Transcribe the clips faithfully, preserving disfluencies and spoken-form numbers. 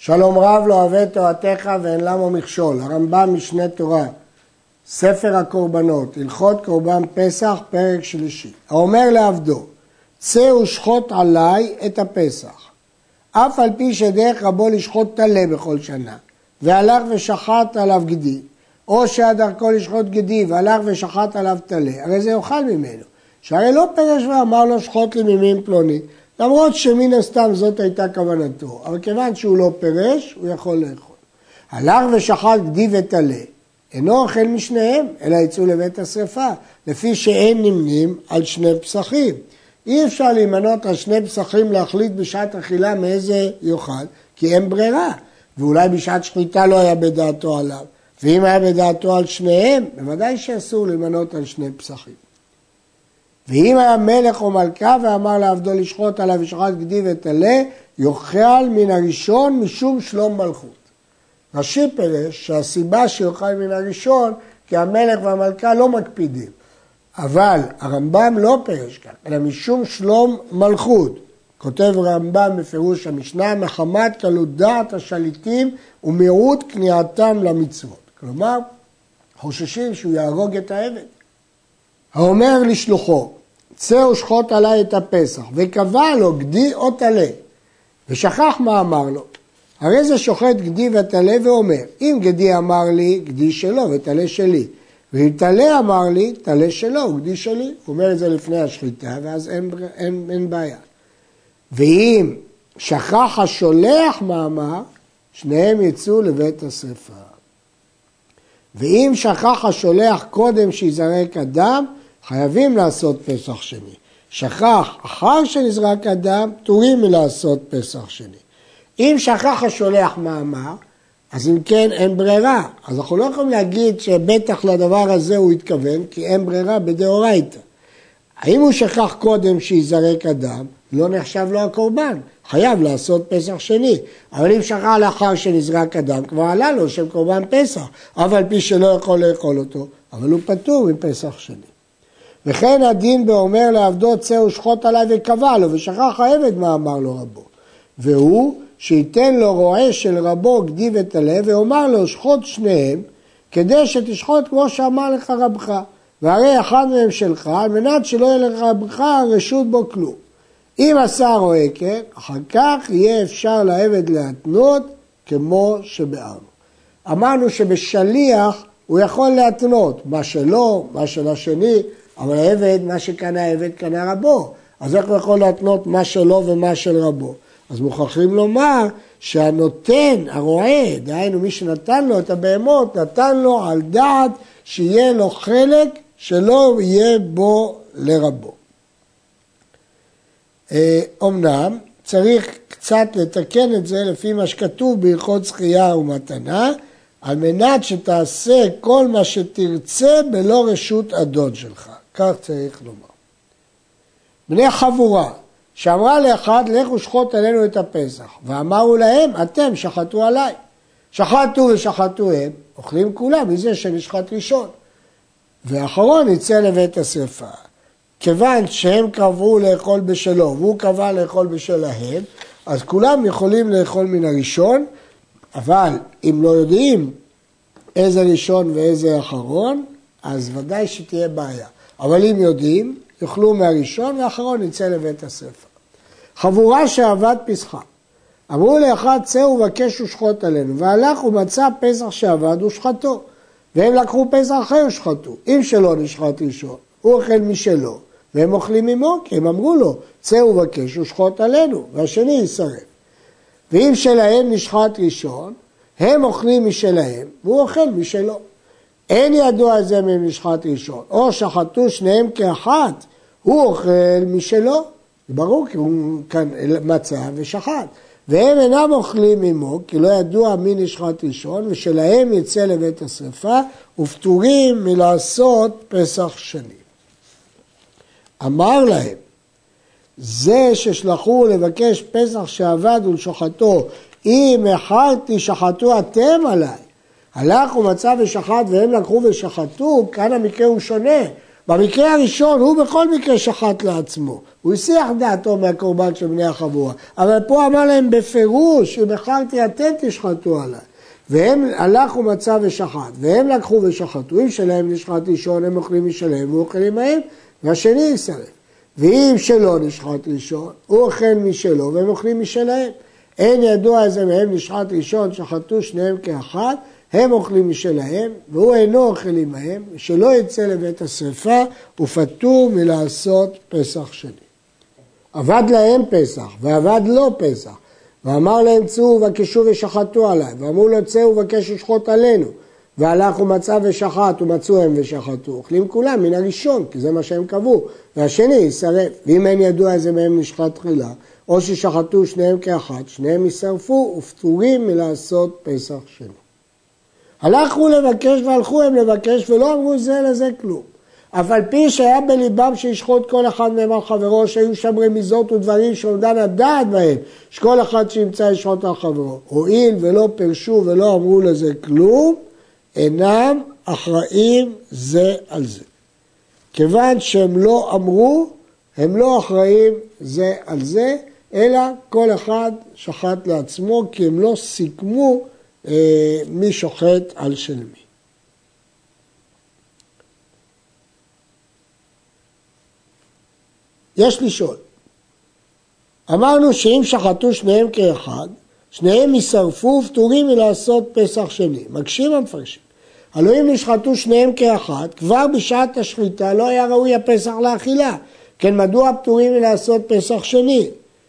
שלום רב לא אוהב תורתך ואין למו מכשול. הרמב"ם משנה תורה, ספר הקורבנות, הלכות קורבן פסח, פרק שלישי. האומר לעבדו, צא ושחוט עליי את הפסח. אף על פי שדרך רבו לשחוט תלה בכל שנה, והלך ושחט עליו גדי, או שהיה דרכו לשחוט גדי והלך ושחט עליו תלה, הרי זה יאכל ממנו. שהרי לא פרש ואמר לו שחוט לי ממין פלוני, למרות שמן הסתם זאת הייתה כוונתו, אבל כיוון שהוא לא פרש, הוא יכול לאכול. הלך ושחט גדי ותלה, אינו אוכל משניהם, אלא יצאו לבית השרפה, לפי שאין נמנים על שני פסחים. אי אפשר להימנות על שני פסחים להחליט בשעת אכילה מאיזה יאכל, כי אין ברירה, ואולי בשעת שחיטה לא היה בדעתו עליו, ואם היה בדעתו על שניהם, בוודאי שאסור להימנות על שני פסחים. ואם היה מלך או מלכה ואמר לעבדו לשחוט עליו ושחט גדי ותלה, יאכל מן הראשון משום שלום מלכות. רש"י פירש שהסיבה שיאכל מן הראשון, כי המלך והמלכה לא מקפידים. אבל הרמב"ם לא פירש כאן, אלא משום שלום מלכות. כותב הרמב"ם בפירוש המשנה, מחמת קלות דעת השליטים ומיעוט כניעתם למצוות. כלומר, חוששים שהוא יהרוג את העבד. האומר לשלוחו, צא ושחוט עליי את הפסח, וקבע לו גדי או תלה, ושכח מה אמר לו. הרי זה שוחט גדי ותלה ואומר, אם גדי אמר לי, גדי שלו ותלה שלי, ואם תלה אמר לי, תלה שלו וגדי שלי. הוא אומר את זה לפני השחיטה, ואז אין, אין, אין בעיה. ואם שכח השולח מה אמר, שניהם יצאו לבית השרפה. ואם שכח השולח קודם שיזרק אדם, חייבים לעשות פסח שני. שכח אחר שנזרק אדם, פטורים מלעשות פסח שני. אם שכח השולח מה אמר, אז אם כן אין ברירה. אז אנחנו לא יכולים להגיד שבטח לדבר הזה הוא התכוון, כי אין ברירה בדאורייתא. האם הוא שכח קודם שיזרק אדם, לא נחשב לו הקורבן. חייב לעשות פסח שני. אבל אם שכח לאחר שנזרק אדם, כבר עלה לו שם קורבן פסח. אף על פי שלא יכול לאכול אותו, אבל הוא פטור מפסח שני. וכן הדין באומר לעבדו צא ושחוט עליי וקבע לו, ושכח העבד מה אמר לו רבו. והוא שייתן לו רועה של רבו גדי ותלה, ואומר לו שחוט שניהם, כדי שתשחוט כמו שאמר לך רבך. והרי אחד מהם שלך, על מנת שלא יהיה לך רבך רשות בו כלום. אם עשה רועה כן, אחר כך יהיה אפשר לעבד להתנות כמו שבארנו. אמרנו שבשליח הוא יכול להתנות, מה שלו, מה של השני, אבל העבד, מה שקנה העבד קנה רבו. אז איך הוא יכול להתנות מה שלו ומה של רבו? אז מוכרחים לומר שהנותן, הרועה, דהיינו מי שנתן לו את הבהמות, נתן לו על דעת שיהיה לו חלק שלא יהיה בו לרבו. אמנם צריך קצת לתקן את זה לפי מה שכתוב בהלכות זכייה ומתנה, על מנת שתעשה כל מה שתרצה בלא רשות אדון שלך. כך צריך לומר. בני חבורה, שאמרה לאחד, לך ושחוט עלינו את הפסח, ואמרו להם, אתם שחטו עליי. שחטו ושחטו הם, אוכלים כולם מזה שנשחט ראשון. ואחרון יצא לבית השרפה. כיוון שהם קבעו לאכול בשלו, והוא קבע לאכול בשלהם, אז כולם יכולים לאכול מן הראשון, אבל אם לא יודעים איזה ראשון ואיזה אחרון, אז ודאי שתהיה בעיה. אבל אם יודעים, יאכלו מהראשון והאחרון יצא לבית השרפה. חבורה שעבד פסחה. אמרו לאחד צא ובקש ושחוט עלינו, והלך ומצא פסח שעבד ושחטו. והם לקחו פסח אחר ושחטו. אם שלא נשחט ראשון, הוא אוכל משלו, והם אוכלים עמו, כי הם אמרו לו, צא ובקש ושחוט עלינו, והשני ישרף. ואם שלהם נשחט ראשון, הם אוכלים משלהם, והוא אוכל משלו. אין ידוע על זה מהם נשחט ראשון, או שחטו שניהם כאחת, הוא אוכל משלו, ברור כי הוא כאן מצא ושחט, והם אינם אוכלים עמו, כי לא ידוע מי נשחט ראשון, ושלהם יצא לבית השרפה, ופטורים מלעשות פסח שני. אמר להם, זה ששלחו לבקש פסח שעבד ולשחטו, אם החרתי שחטו אתם עליי, הלך ומצא ושחט והם לקחו ושחטו, כאן המקרה הוא שונה. במקרה הראשון הוא בכל מקרה שחט לעצמו, הוא הסיח דעתו מהקורבן של בני החבורה, אבל פה אמר להם בפירוש, אם בחרתי אתם תשחטו עליי. והם הלך ומצא ושחט, והם לקחו ושחטו, אם שלהם נשחט ראשון הם אוכלים משלהם והוא אוכלים מהם, והשני ישרף. ואם שלא נשחט ראשון, הוא אוכל משלו והם אוכלים משלהם. אין ידוע איזה מהם נשחט ראשון, שחטו שניהם כאחד, הם אוכלים משלהם, והוא אינו אוכל עמהם, שלא יצא לבית השרפה, ופטור מלעשות פסח שני. עבד להם פסח, ועבד לא פסח, ואמר להם צאו ובקשו ושחטו עליי, ואמרו לו צאו ובקש לשחוט עלינו, והלך ומצא ושחט, ומצאו הם ושחטו, אוכלים כולם מן הראשון, כי זה מה שהם קבעו, והשני ישרף, ואם אין ידוע איזה מהם נשחט תחילה, או ששחטו שניהם כאחת, שניהם ישרפו, ופטורים מלעשות פסח שני. הלכו לבקש והלכו הם לבקש ולא אמרו זה לזה כלום. אף על פי שהיה בליבם שישחוט כל אחד מהם על חברו, שהיו שם רמיזות ודברים שעומדן הדעת בהם, שכל אחד שימצא ישחוט על חברו. הואיל ולא פרשו ולא אמרו לזה כלום, אינם אחראים זה על זה. כיוון שהם לא אמרו, הם לא אחראים זה על זה, אלא כל אחד שחט לעצמו, כי הם לא סיכמו אה, מי שוחט על של מי. יש לשאול. אמרנו שאם שחטו שניהם כאחד, שניהם ישרפו ופטורים מלעשות פסח שני. מקשים המפרשים. הלוא אם נשחטו שניהם כאחד, כבר בשעת השחיטה לא היה ראוי הפסח לאכילה. כן, מדוע פטורים מלעשות פסח שני?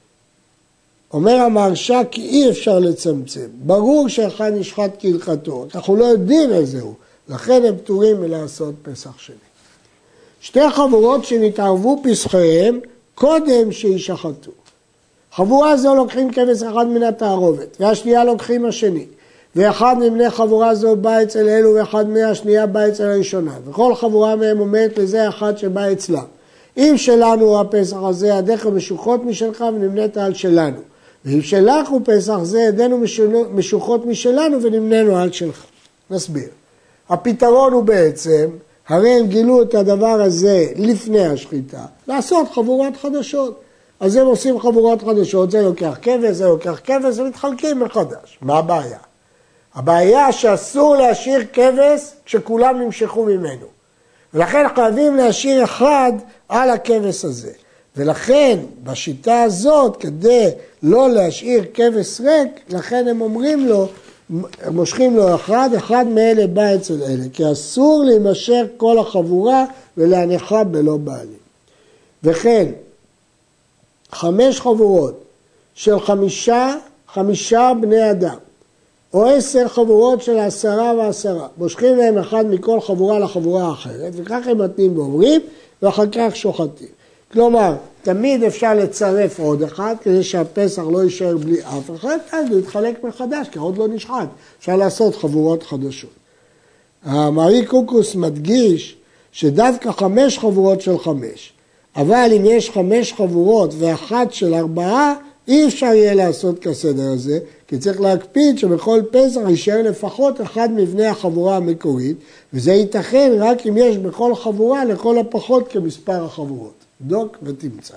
אומר המהרש"א כי אי אפשר לצמצם. ברור שאחד נשחט כהלכתו, אנחנו לא יודעים איזה הוא, לכן הם פטורים מלעשות פסח שני. שתי חבורות שנתערבו פסחיהם קודם שישחטו. חבורה זו לוקחים כבש אחד מן התערובת, והשנייה לוקחים השני. ואחד מבני חבורה זו בא אצל אלו, ואחד מהשנייה בא אצל הראשונה. וכל חבורה מהם עומדת לזה אחד שבא אצלם. אם שלנו הפסח הזה, ידיך משוחות משלך ונמנית על שלנו. ואם שלך הוא פסח זה, ידינו משוחות משלנו ונמננו על שלך. נסביר. הפתרון הוא בעצם, הרי הם גילו את הדבר הזה לפני השחיטה, לעשות חבורות חדשות. אז הם עושים חבורות חדשות, זה לוקח כבש, זה לוקח כבש, ומתחלקים מחדש. מה הבעיה? הבעיה שאסור להשאיר כבש כשכולם נמשכו ממנו. ולכן חייבים להשאיר אחד על הכבש הזה. ולכן בשיטה הזאת, כדי לא להשאיר כבש ריק, לכן הם אומרים לו, הם מושכים לו אחד, אחד מאלה בא אצל אלה, כי אסור להימשך כל החבורה ולהניחה בלא בעלים. וכן, חמש חבורות של חמישה, חמישה בני אדם, או עשר חבורות של עשרה ועשרה, מושכים להם אחד מכל חבורה לחבורה האחרת, וכך הם נותנים ואומרים, ואחר כך שוחטים. כלומר, תמיד אפשר לצרף עוד אחד, כדי שהפסח לא יישאר בלי אף אחד, אז הוא יתחלק מחדש, כי עוד לא נשחט. אפשר לעשות חבורות חדשות. המארי קוקוס מדגיש שדווקא חמש חבורות של חמש, אבל אם יש חמש חבורות ואחת של ארבעה, אי אפשר יהיה לעשות כסדר הזה, כי צריך להקפיד שבכל פסח יישאר לפחות אחד מבני החבורה המקורית, וזה ייתכן רק אם יש בכל חבורה לכל הפחות כמספר החבורות. דוק ותמצא.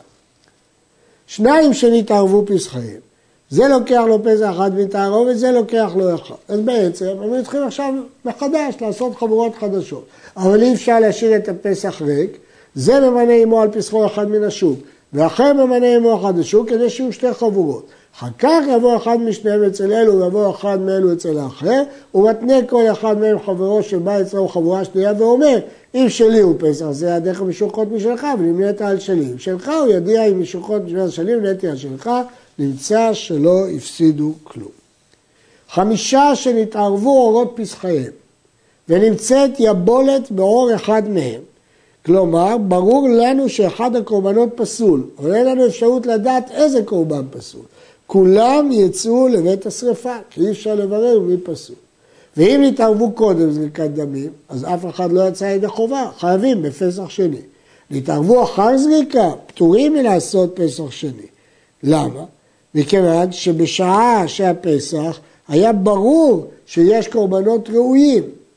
שניים שנתערבו פסחיהם, זה לוקח לו פסח אחד מתערוב וזה לוקח לו אחד. אז בעצם הם צריכים עכשיו מחדש לעשות חבורות חדשות. אבל אי אפשר להשאיר את הפסח ריק, זה ממנה עמו על פסחו אחד מן השוק, ואחר ממנה עמו אחד השוק כדי שיהיו שתי חבורות. אחר כך יבוא אחד משניהם אצל אלו ויבוא אחד מאלו אצל האחר, ומתנה כל אחד מהם חברו שבא אצלו חבורה שנייה ואומר, אם שלי הוא פסח, זה ידיך משוחות משלך, ונמנית על שלי. אם שלך הוא ידיע עם משוחות שלי, ונמנתי על שלך, נמצא שלא הפסידו כלום. חמישה שנתערבו אורות פסחיהם, ונמצאת יבולת באור אחד מהם. כלומר, ברור לנו שאחד הקורבנות פסול, אבל אין לנו אפשרות לדעת איזה קורבן פסול. כולם יצאו לבית השרפה, כי אי אפשר לברר מי פסול. ואם נתערבו קודם זריקת דמים, אז אף אחד לא יצא ידי חובה, חייבים בפסח שני. נתערבו אחר זריקה, פטורים מלעשות פסח שני. למה? מכיוון שבשעה שהפסח היה ברור שיש קורבנות ראויים.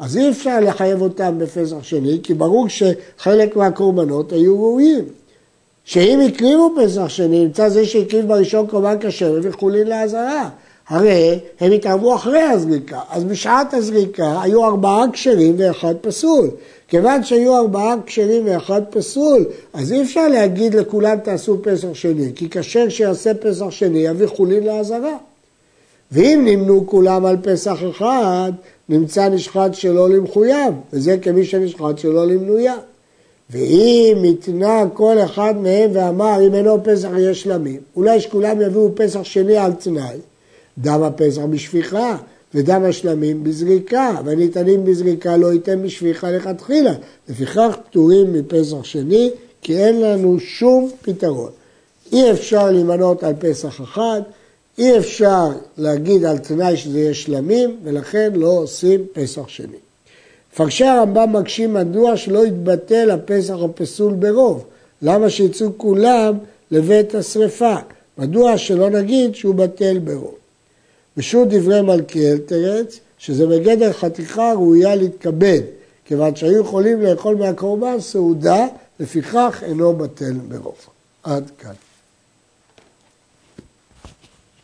אז אי אפשר לחייב אותם בפסח שני, כי ברור שחלק מהקורבנות היו ראויים. שאם הקריבו פסח שני, נמצא זה שהקריב בראשון קורבן כשר וחולין לעזרה. הרי הם התערבו אחרי הזריקה, אז בשעת הזריקה היו ארבעה כשרים ואחד פסול. כיוון שהיו ארבעה כשרים ואחד פסול, אז אי אפשר להגיד לכולם תעשו פסח שני, כי כשר שיעשה פסח שני יביא חולין לעזרה. ואם נמנו כולם על פסח אחד, נמצא נשחט שלא למחויב, וזה כמי שנשחט שלא למנויה. ואם התנה כל אחד מהם ואמר, אם אינו פסח יש שלמים, אולי שכולם יביאו פסח שני על תנאי, דם הפסח בשפיכה ודם השלמים בזריקה, והניתנים בזריקה לא ייתן בשפיכה לכתחילה. לפיכך פטורים מפסח שני, כי אין לנו שום פתרון. אי אפשר להימנות על פסח אחד, אי אפשר להגיד על תנאי שזה יהיה שלמים, ולכן לא עושים פסח שני. מפרשי הרמב"ם מקשים מדוע שלא יתבטל הפסח הפסול ברוב. למה שיצאו כולם לבית השרפה? מדוע שלא נגיד שהוא בטל ברוב. ושוב דברי מלכיאל תרץ, שזה בגדר חתיכה ראויה להתכבד, כיוון שהיו יכולים לאכול מהקורבן סעודה, לפיכך אינו בטל ברוב. עד כאן.